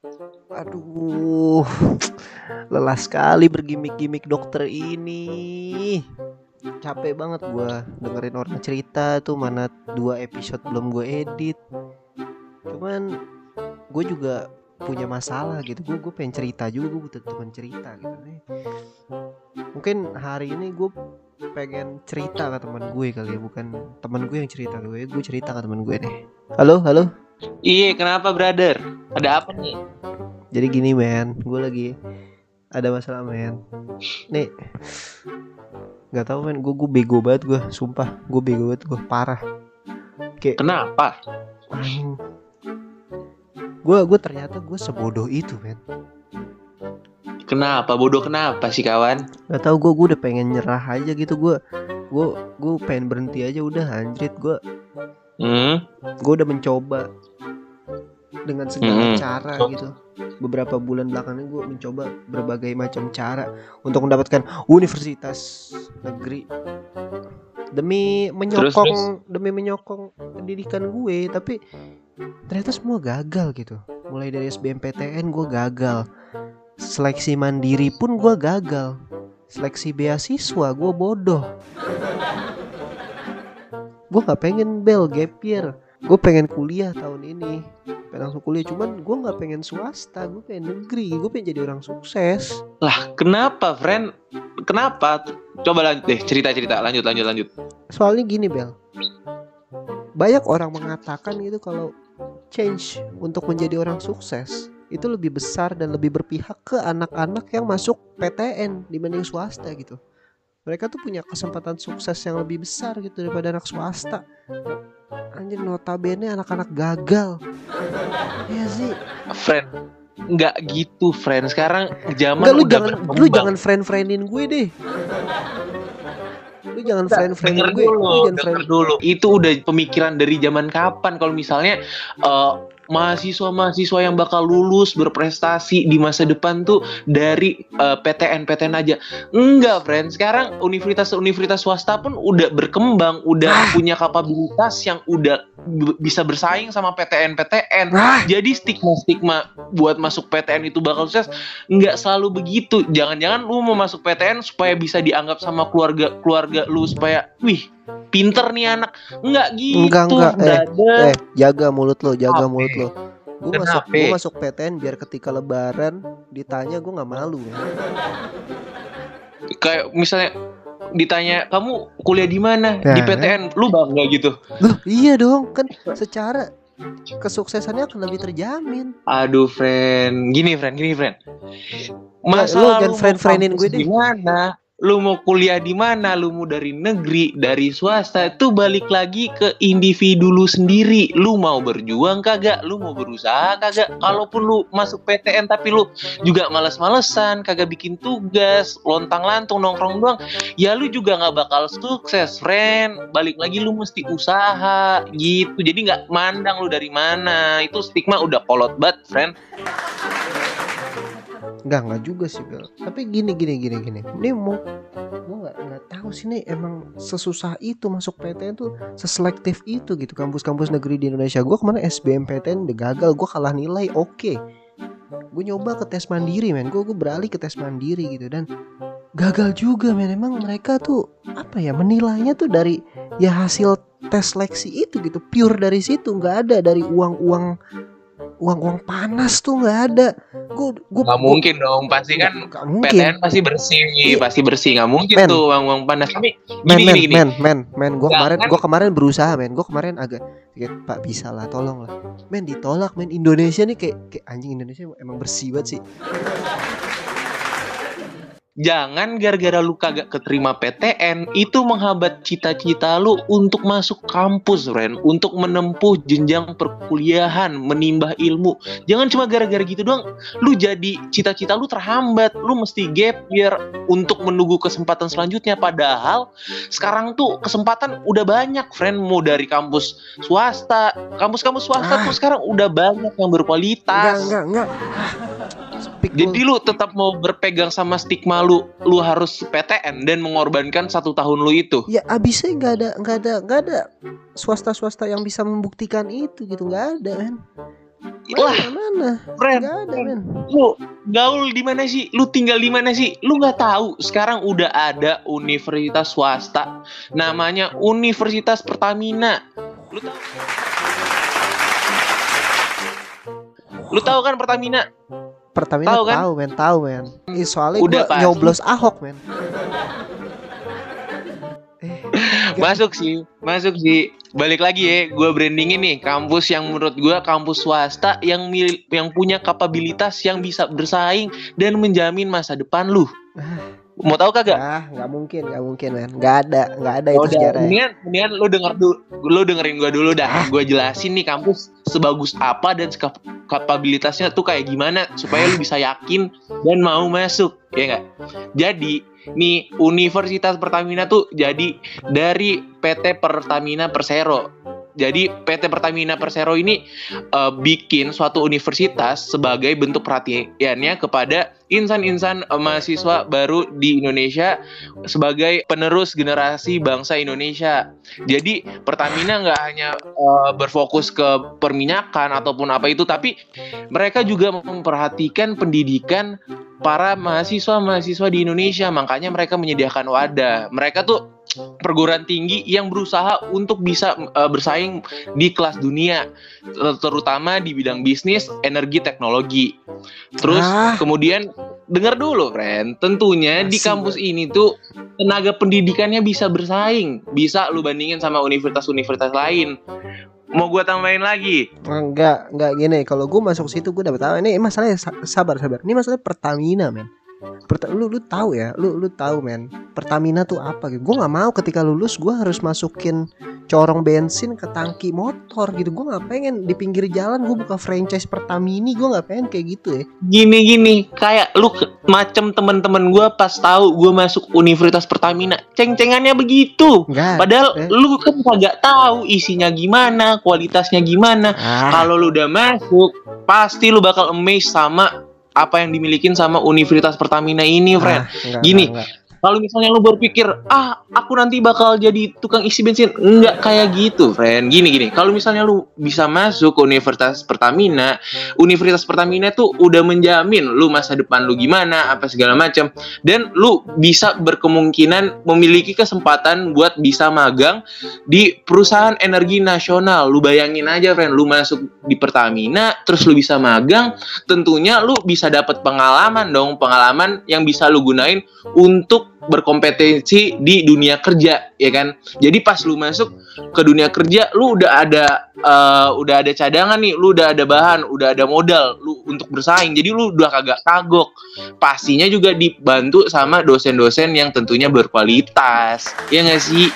Aduh, lelah sekali bergimik-gimik dokter ini. Capek banget gua dengerin orang cerita tuh, mana 2 episode belum gue edit. Cuman gue juga punya masalah gitu. Gue pengen cerita juga, gue butuh teman cerita gitu nih. Mungkin hari ini gue pengen cerita ke teman gue kali ya, bukan teman gue yang cerita ke gue cerita ke teman gue nih. Halo, halo. Iya, kenapa brother? Ada apa nih? Jadi gini men, gue lagi ada masalah men. Nih, nggak tahu men, gue bego banget, gue sumpah gue bego banget, gue parah. Kayak Kenapa? anjing, gue ternyata gue sebodoh itu men. Kenapa? Bodoh kenapa sih kawan? Nggak tahu, gue udah pengen nyerah aja gitu. Gue pengen berhenti aja udah, anjrit. Gue udah mencoba dengan segala cara gitu. Beberapa bulan belakangan gue mencoba berbagai macam cara untuk mendapatkan universitas negeri demi menyokong pendidikan gue, tapi ternyata semua gagal gitu. Mulai dari SBMPTN gue gagal, seleksi mandiri pun gue gagal, seleksi beasiswa gue bodoh. Gue nggak pengen gap year, gue pengen kuliah tahun ini, pengen langsung kuliah. Cuman gue nggak pengen swasta, gue pengen negeri, gue pengen jadi orang sukses. Lah kenapa friend? Kenapa? Coba lanjut deh, cerita lanjut. Soalnya gini Bel, banyak orang mengatakan gitu kalau change untuk menjadi orang sukses itu lebih besar dan lebih berpihak ke anak-anak yang masuk PTN dibanding swasta gitu. Mereka tuh punya kesempatan sukses yang lebih besar gitu daripada anak swasta. Anjir, notabene anak-anak gagal. Iya sih. Friend, nggak gitu friend. Sekarang zaman Enggak, udah berkembang. lu jangan friend-friendin gue deh. Lu jangan friend-friendin gue. Denger dulu. Itu udah pemikiran dari zaman kapan? Kalau misalnya mahasiswa yang bakal lulus berprestasi di masa depan tuh dari PTN aja. Enggak, friend. Sekarang universitas swasta pun udah berkembang, udah punya kapabilitas yang udah bisa bersaing sama PTN. Jadi stigma buat masuk PTN itu bakal sukses enggak selalu begitu. Jangan-jangan lu mau masuk PTN supaya bisa dianggap sama keluarga lu, supaya wih pinter nih anak. Enggak gitu. Enggak. Jaga mulut lo. Gue masuk PTN biar ketika lebaran ditanya gue nggak malu ya. Kayak misalnya ditanya kamu kuliah di mana, di PTN, lu bangga gitu. Loh, iya dong, kan secara kesuksesannya akan lebih terjamin. Aduh friend, gini friend. Masalah lu jangan friend-friendin gue deh. Gimana? Lu mau kuliah di mana? Lu mau dari negeri, dari swasta, itu balik lagi ke individu lu sendiri. Lu mau berjuang kagak? Lu mau berusaha kagak? Kalaupun lu masuk PTN tapi lu juga malas-malesan, kagak bikin tugas, lontang-lantung nongkrong doang, ya lu juga nggak bakal sukses, friend. Balik lagi lu mesti usaha gitu. Jadi nggak mandang lu dari mana. Itu stigma udah kolot banget, friend. Enggak juga sih Bel. Tapi gini. Ini mau gue nggak tahu sih nih, emang sesusah itu masuk PTN tuh, seselektif itu gitu. Kampus-kampus negeri di Indonesia, gue kemana SBMPTN udah gagal, gue kalah nilai. Oke. Gue nyoba ke tes mandiri men, gue beralih ke tes mandiri gitu dan gagal juga men. Emang mereka tuh apa ya, menilainya tuh dari ya hasil tes seleksi itu gitu, pure dari situ, nggak ada dari uang panas tuh, nggak ada. Gue nggak mungkin dong, pasti kan PTN pasti bersih, nggak mungkin tuh uang panas. Tapi gini. Gue kemarin berusaha men, gue kemarin agak Pak bisa lah, tolong lah men. Ditolak men. Indonesia nih kayak anjing, Indonesia emang bersih banget sih. Jangan gara-gara lu kagak keterima PTN itu menghambat cita-cita lu untuk masuk kampus, Ren, untuk menempuh jenjang perkuliahan, menimba ilmu. Jangan cuma gara-gara gitu doang lu jadi cita-cita lu terhambat. Lu mesti gap year untuk menunggu kesempatan selanjutnya. Padahal sekarang tuh kesempatan udah banyak, friend. Mau dari kampus swasta, kampus swasta tuh sekarang udah banyak yang berkualitas. Enggak. Jadi lu tetap mau berpegang sama stigma lu harus PTN dan mengorbankan 1 tahun lu itu. Ya abisnya nggak ada swasta yang bisa membuktikan itu gitu, nggak ada kan. Mana? Friend, gak ada, men. Lu gaul di mana sih? Lu tinggal di mana sih? Lu nggak tahu sekarang udah ada universitas swasta namanya Universitas Pertamina. Lu tahu kan Pertamina? Pertamina tahu men. Soalnya udah nyoblos Ahok, men. Masuk sih. Balik lagi ya, gue brandingin nih kampus yang menurut gue kampus swasta yang punya kapabilitas yang bisa bersaing dan menjamin masa depan lu. Mau tahu kagak? Nggak mungkin men. Nggak ada itu sejarah. Mendingan lu dengerin gue dulu dah. Gue jelasin nih kampus sebagus apa dan kapabilitasnya tuh kayak gimana supaya lu bisa yakin dan mau masuk, ya nggak? Jadi nih Universitas Pertamina tuh jadi dari PT Pertamina Persero. Jadi PT Pertamina Persero ini bikin suatu universitas sebagai bentuk perhatiannya kepada insan-insan mahasiswa baru di Indonesia sebagai penerus generasi bangsa Indonesia. Jadi Pertamina nggak hanya berfokus ke perminyakan ataupun apa itu, tapi mereka juga memperhatikan pendidikan para mahasiswa di Indonesia. Makanya mereka menyediakan wadah. Mereka tuh perguruan tinggi yang berusaha untuk bisa bersaing di kelas dunia, terutama di bidang bisnis, energi, teknologi. Terus kemudian dengar dulu, friend. Tentunya di kampus ini tuh tenaga pendidikannya bisa bersaing, bisa lu bandingin sama universitas-universitas lain. Mau gue tambahin lagi? Enggak gini. Kalau gue masuk situ gue dapet tahu. Ini masalahnya sabar. Ini masalah Pertamina, men. Lu tahu ya, lu tahu men, Pertamina tuh apa gitu. Gue nggak mau ketika lulus gue harus masukin corong bensin ke tangki motor gitu. Gue nggak pengen di pinggir jalan gue buka franchise Pertamini. Gue nggak pengen kayak gitu ya. Gini kayak lu macam teman-teman gue pas tahu gue masuk Universitas Pertamina, ceng-cengannya begitu. Padahal lu kan kagak tahu isinya gimana, kualitasnya gimana. Kalau lu udah masuk pasti lu bakal amazed sama apa yang dimilikin sama Universitas Pertamina ini, friend. Gini, kalau misalnya lu berpikir, aku nanti bakal jadi tukang isi bensin, enggak kayak gitu, friend. Gini, kalau misalnya lu bisa masuk ke Universitas Pertamina tuh udah menjamin lu masa depan lu gimana, apa segala macam, dan lu bisa berkemungkinan memiliki kesempatan buat bisa magang di perusahaan energi nasional. Lu bayangin aja, friend, lu masuk di Pertamina, terus lu bisa magang, tentunya lu bisa dapat pengalaman yang bisa lu gunain untuk berkompetensi di dunia kerja, ya kan? Jadi pas lu masuk ke dunia kerja, lu udah ada cadangan nih, lu udah ada bahan, udah ada modal lu untuk bersaing. Jadi lu udah kagak kagok. Pastinya juga dibantu sama dosen-dosen yang tentunya berkualitas. Ya nggak sih?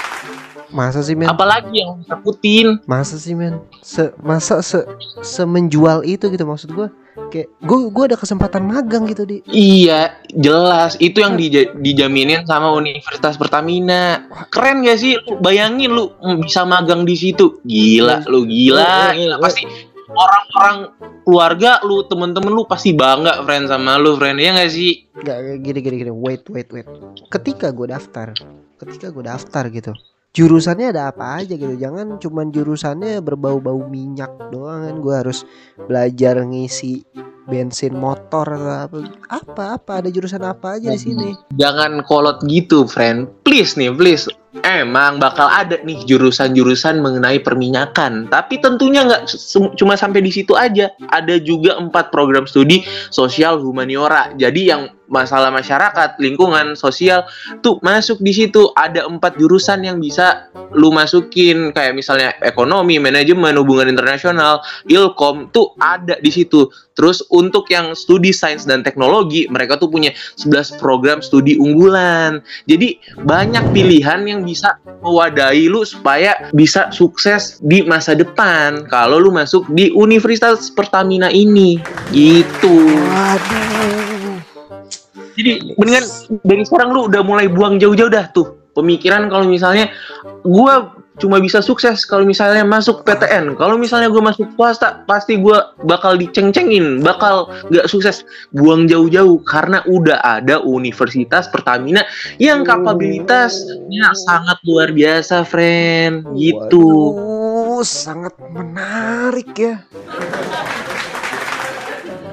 Masa sih, men? Apalagi yang takutin? Masa sih, men? Semenjual itu gitu, maksud gue. Kayak gue ada kesempatan magang gitu di. Iya, jelas itu yang dijaminin sama Universitas Pertamina. Keren gak sih? Lu bayangin lu bisa magang di situ. Gila. Pasti orang-orang keluarga lu, temen-temen lu pasti bangga, friend, sama lu, friend. Ya gak sih? Gak, gini. Wait. Ketika gue daftar gitu, jurusannya ada apa aja gitu. Jangan cuman jurusannya berbau-bau minyak doang kan. Gue harus belajar ngisi bensin motor atau apa ada jurusan apa aja di sini. Jangan kolot gitu, friend. Please. Emang bakal ada nih jurusan-jurusan mengenai perminyakan, tapi tentunya nggak cuma sampai di situ aja. Ada juga 4 program studi sosial humaniora. Jadi yang masalah masyarakat, lingkungan, sosial tuh masuk di situ. Ada 4 jurusan yang bisa lu masukin, kayak misalnya ekonomi, manajemen, hubungan internasional, ilkom tuh ada di situ. Terus untuk yang studi sains dan teknologi, mereka tuh punya 11 program studi unggulan. Jadi banyak pilihan yang bisa mewadahi lu supaya bisa sukses di masa depan kalau lu masuk di Universitas Pertamina ini. Gitu. Waduh. Jadi mendingan dari sekarang lu udah mulai buang jauh-jauh dah tuh pemikiran kalau misalnya gue cuma bisa sukses kalau misalnya masuk PTN. Kalau misalnya gue masuk swasta, pasti gue bakal diceng-cengin, bakal gak sukses. Buang jauh-jauh, karena udah ada Universitas Pertamina yang kapabilitasnya sangat luar biasa, friend. Gitu. Waduh, sangat menarik ya.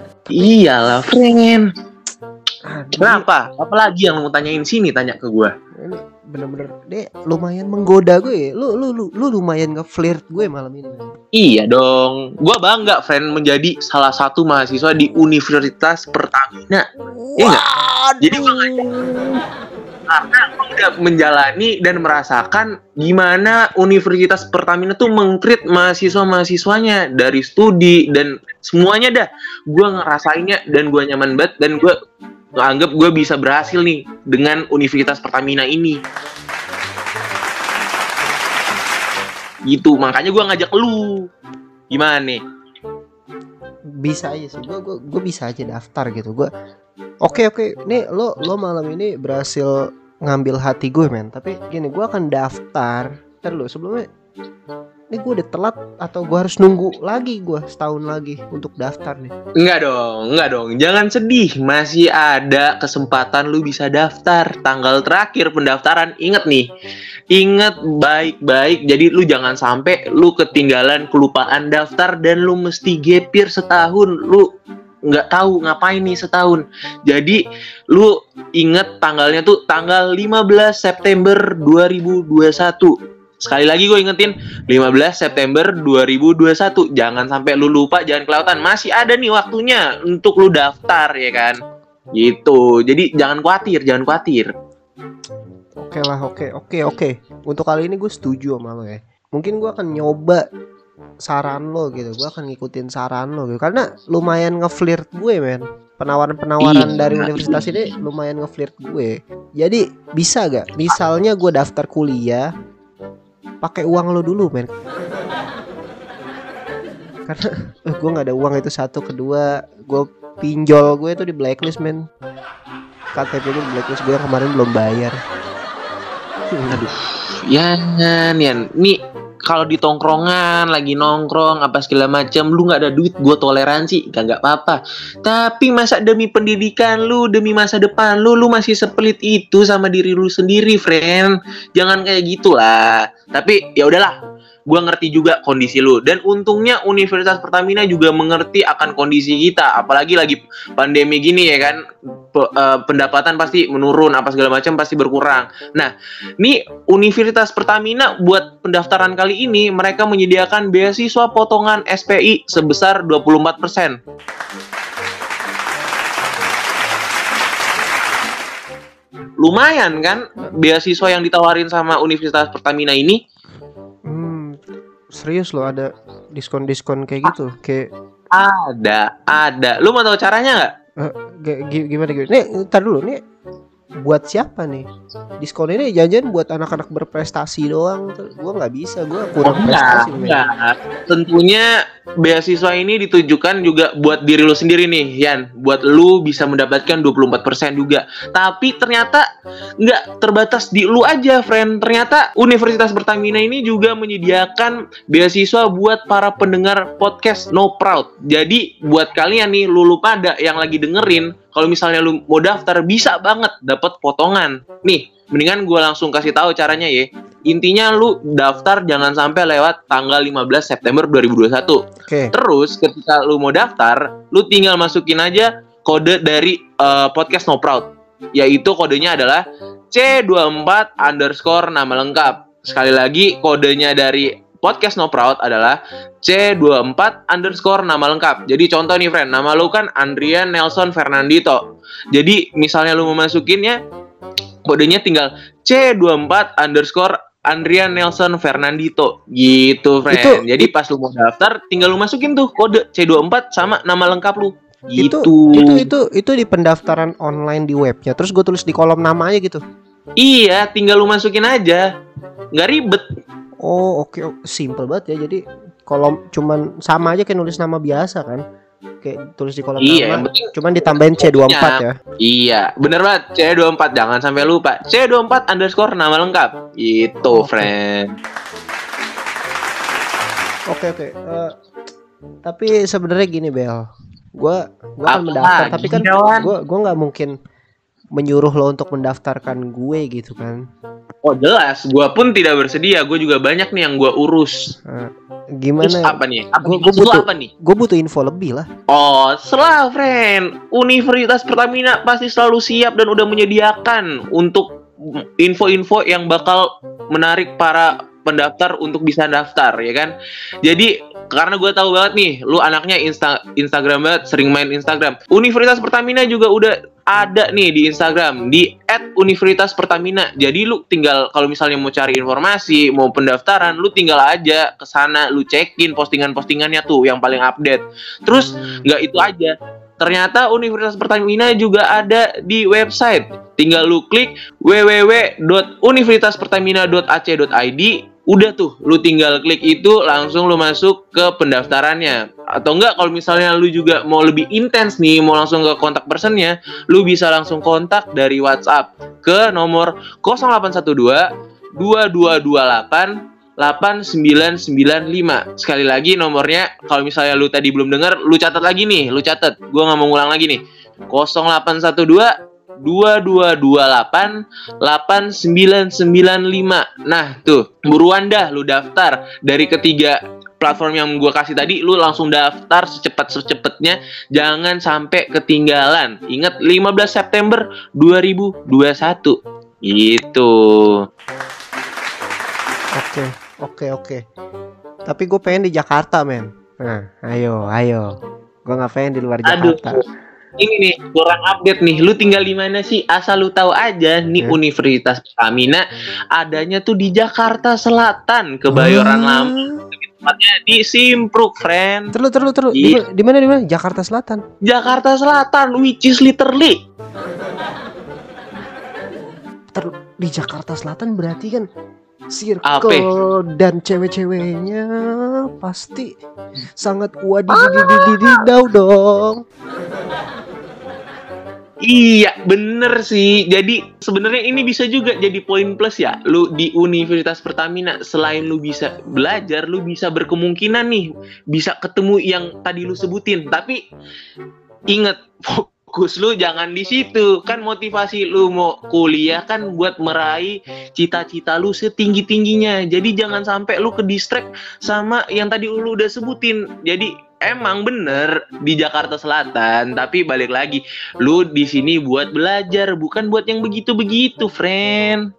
Iyalah, friend. Kenapa? Apalagi yang mau tanyain sini, tanya ke gue. Ini bener-bener deh lumayan menggoda gue. Lu lumayan nge-flirt gue malam ini. Iya dong. Gue bangga, friend, menjadi salah satu mahasiswa di Universitas Pertamina. Iya enggak? Jadi karena gue udah menjalani dan merasakan gimana Universitas Pertamina tuh meng-treat mahasiswa-mahasiswanya dari studi dan semuanya dah. Gue ngerasainnya dan gue nyaman banget dan gue nganggep gue bisa berhasil nih dengan Universitas Pertamina ini. Gitu, makanya gue ngajak lu. Gimana nih? Bisa aja sih, gue bisa aja daftar gitu. Gue Oke, nih lo malam ini berhasil ngambil hati gue, men. Tapi gini, gue akan daftar. Ntar lo sebelumnya, ini gue udah telat atau gue harus nunggu lagi gue setahun lagi untuk daftar nih? Enggak dong. Jangan sedih, masih ada kesempatan lu bisa daftar. Tanggal terakhir pendaftaran, inget baik-baik. Jadi lu jangan sampai lu ketinggalan, kelupaan daftar dan lu mesti gapir setahun. Lu nggak tahu ngapain nih setahun. Jadi lu inget tanggalnya tuh tanggal 15 September 2021. Sekali lagi gue ingetin, 15 September 2021. Jangan sampai lu lupa, jangan kelewatan. Masih ada nih waktunya untuk lu daftar, ya kan? Gitu. Jadi jangan khawatir. Oke lah. Untuk kali ini gue setuju sama lo ya. Mungkin gue akan nyoba saran lo gitu. Gue akan ngikutin saran lo gitu. Karena lumayan nge-flirt gue, men. Penawaran dari universitas ini lumayan nge-flirt gue. Jadi bisa gak? Misalnya gue daftar kuliah pakai uang lo dulu, men. Karena gue nggak ada uang, itu satu. Kedua, gue pinjol gue tuh di blacklist, men. KTP gue di blacklist, gue yang kemarin belum bayar. Aduh, Yan. Nih kalau di tongkrongan lagi nongkrong apa segala macam, lu nggak ada duit, gue toleransi, nggak apa-apa. Tapi masa demi pendidikan lu, demi masa depan lu masih sepelit itu sama diri lu sendiri, friend. Jangan kayak gitulah. Tapi ya udahlah, gue ngerti juga kondisi lu. Dan untungnya Universitas Pertamina juga mengerti akan kondisi kita. Apalagi lagi pandemi gini, ya kan. Pendapatan pasti menurun, apa segala macam pasti berkurang. Nah, nih Universitas Pertamina buat pendaftaran kali ini mereka menyediakan beasiswa potongan SPI sebesar 24%. Lumayan kan beasiswa yang ditawarin sama Universitas Pertamina ini? Serius lo, ada diskon kayak gitu? Kayak ada. Lu mau tahu caranya nggak? Gimana? Nih, ntar dulu nih. Buat siapa nih? Diskon ini jangan buat anak-anak berprestasi doang. Gue nggak bisa, gue kurang prestasi. Enggak. Tentunya beasiswa ini ditujukan juga buat diri lu sendiri nih, Yan. Buat lu bisa mendapatkan 24% juga. Tapi ternyata nggak terbatas di lu aja, friend. Ternyata Universitas Pertamina ini juga menyediakan beasiswa buat para pendengar podcast No Proud. Jadi buat kalian nih, lu pada yang lagi dengerin, kalau misalnya lu mau daftar, bisa banget dapat potongan. Nih, mendingan gue langsung kasih tahu caranya ya. Intinya lu daftar jangan sampai lewat tanggal 15 September 2021. Okay. Terus ketika lu mau daftar, lu tinggal masukin aja kode dari podcast No Proud. Yaitu kodenya adalah C24 _ nama lengkap. Sekali lagi, kodenya dari podcast No Proud adalah C24 _ nama lengkap. Jadi contoh nih, friend, nama lu kan Andrian Nelson Fernandito. Jadi misalnya lu mau masukinnya, kodenya tinggal C24 _ Andrian Nelson Fernandito gitu, friend. Jadi pas lu mau daftar, tinggal lu masukin tuh kode C24 sama nama lengkap lu. Gitu. Itu di pendaftaran online di webnya. Terus gue tulis di kolom nama aja gitu. Iya, tinggal lu masukin aja. Nggak ribet. Oh, oke. Simple banget ya. Jadi kolom cuman sama aja kayak nulis nama biasa kan. Kayak tulis di kolom nama. Cuman ditambahin C24 ya. Iya, bener banget. C24, jangan sampai lupa. C24 _ nama lengkap. Itu, friend. Oke. Tapi sebenarnya gini, Bel. Gua akan mendaftar, tapi kan gua nggak mungkin menyuruh lo untuk mendaftarkan gue gitu kan. Oh jelas, gue pun tidak bersedia. Gue juga banyak nih yang gue urus. Gimana? Terus apa nih? Gue butuh info lebih lah. Oh, salah, friend. Universitas Pertamina pasti selalu siap dan udah menyediakan untuk info-info yang bakal menarik para pendaftar untuk bisa daftar, ya kan? Jadi karena gue tahu banget nih, lu anaknya Instagram banget, sering main Instagram. Universitas Pertamina juga udah ada nih di Instagram di @universitaspertamina. Jadi lu tinggal kalau misalnya mau cari informasi, mau pendaftaran, lu tinggal aja ke sana, lu cekin postingan-postingannya tuh yang paling update. Terus nggak itu aja. Ternyata Universitas Pertamina juga ada di website. Tinggal lu klik www.universitaspertamina.ac.id. Udah tuh, lu tinggal klik itu, langsung lu masuk ke pendaftarannya. Atau enggak, kalau misalnya lu juga mau lebih intens nih, mau langsung ke kontak personnya, lu bisa langsung kontak dari WhatsApp ke nomor 0812 2228 8995. Sekali lagi nomornya, kalau misalnya lu tadi belum dengar, lu catat lagi nih, lu catat. Gua nggak mau ngulang lagi nih. 0812 2228 8995. Nah, tuh, buruan dah lu daftar. Dari ketiga platform yang gue kasih tadi, lu langsung daftar secepat-cepatnya, jangan sampai ketinggalan. Ingat 15 September 2021. Gitu. Oke. Tapi gue pengen di Jakarta, men. Nah, ayo. Gue nggak pengen di luar Jakarta. Ini nih, kurang update nih. Lu tinggal di mana sih? Asal lu tahu aja, nih Universitas Pertamina adanya tuh di Jakarta Selatan, Kebayoran Lama. Tempatnya di Simpruk, friend. Terus. Di mana? Jakarta Selatan. Jakarta Selatan, which is literally. Di Jakarta Selatan berarti kan circle dan cewek-ceweknya pasti sangat wadidididididaw dong. Iya, bener sih. Jadi sebenarnya ini bisa juga jadi poin plus ya. Lu di Universitas Pertamina, selain lu bisa belajar, lu bisa berkemungkinan nih bisa ketemu yang tadi lu sebutin. Tapi ingat, fokus lu jangan di situ. Kan motivasi lu mau kuliah kan buat meraih cita-cita lu setinggi-tingginya. Jadi jangan sampai lu ke distract sama yang tadi lu udah sebutin. Jadi emang bener di Jakarta Selatan, tapi balik lagi, lu di sini buat belajar, bukan buat yang begitu-begitu, friend.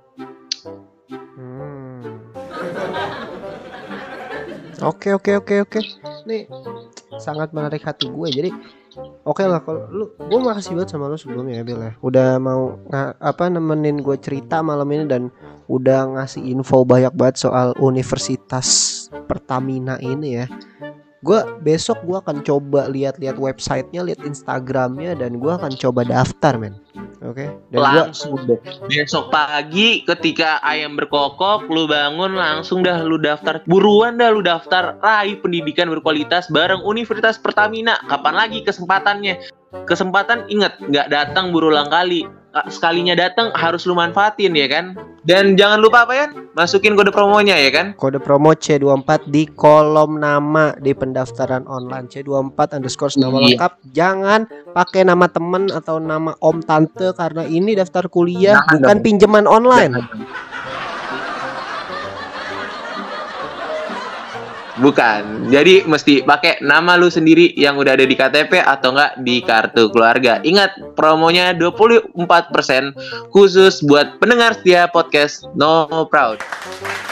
Oke. Nih sangat menarik hati gue. Jadi oke lah, kalau lu, gue makasih banget sama lu sebelumnya ya, Bil ya. Udah mau nemenin gue cerita malam ini dan udah ngasih info banyak banget soal Universitas Pertamina ini ya. Besok gue akan coba lihat websitenya, lihat Instagramnya, dan gue akan coba daftar, men. Oke. Langsung deh. Besok pagi ketika ayam berkokok, lu bangun langsung dah lu daftar. Buruan dah lu daftar, raih pendidikan berkualitas bareng Universitas Pertamina. Kapan lagi kesempatannya? Kesempatan ingat, nggak datang berulang kali. Sekalinya datang harus lu manfaatin, ya kan? Dan jangan lupa apa ya? Masukin kode promonya, ya kan? Kode promo C24 di kolom nama di pendaftaran online. C24 _ nama lengkap. Jangan pakai nama temen atau nama om tante, karena ini daftar kuliah, bukan pinjaman online. Bukan. Jadi mesti pakai nama lu sendiri yang udah ada di KTP atau enggak di kartu keluarga. Ingat, promonya 24% khusus buat pendengar setia podcast No Proud.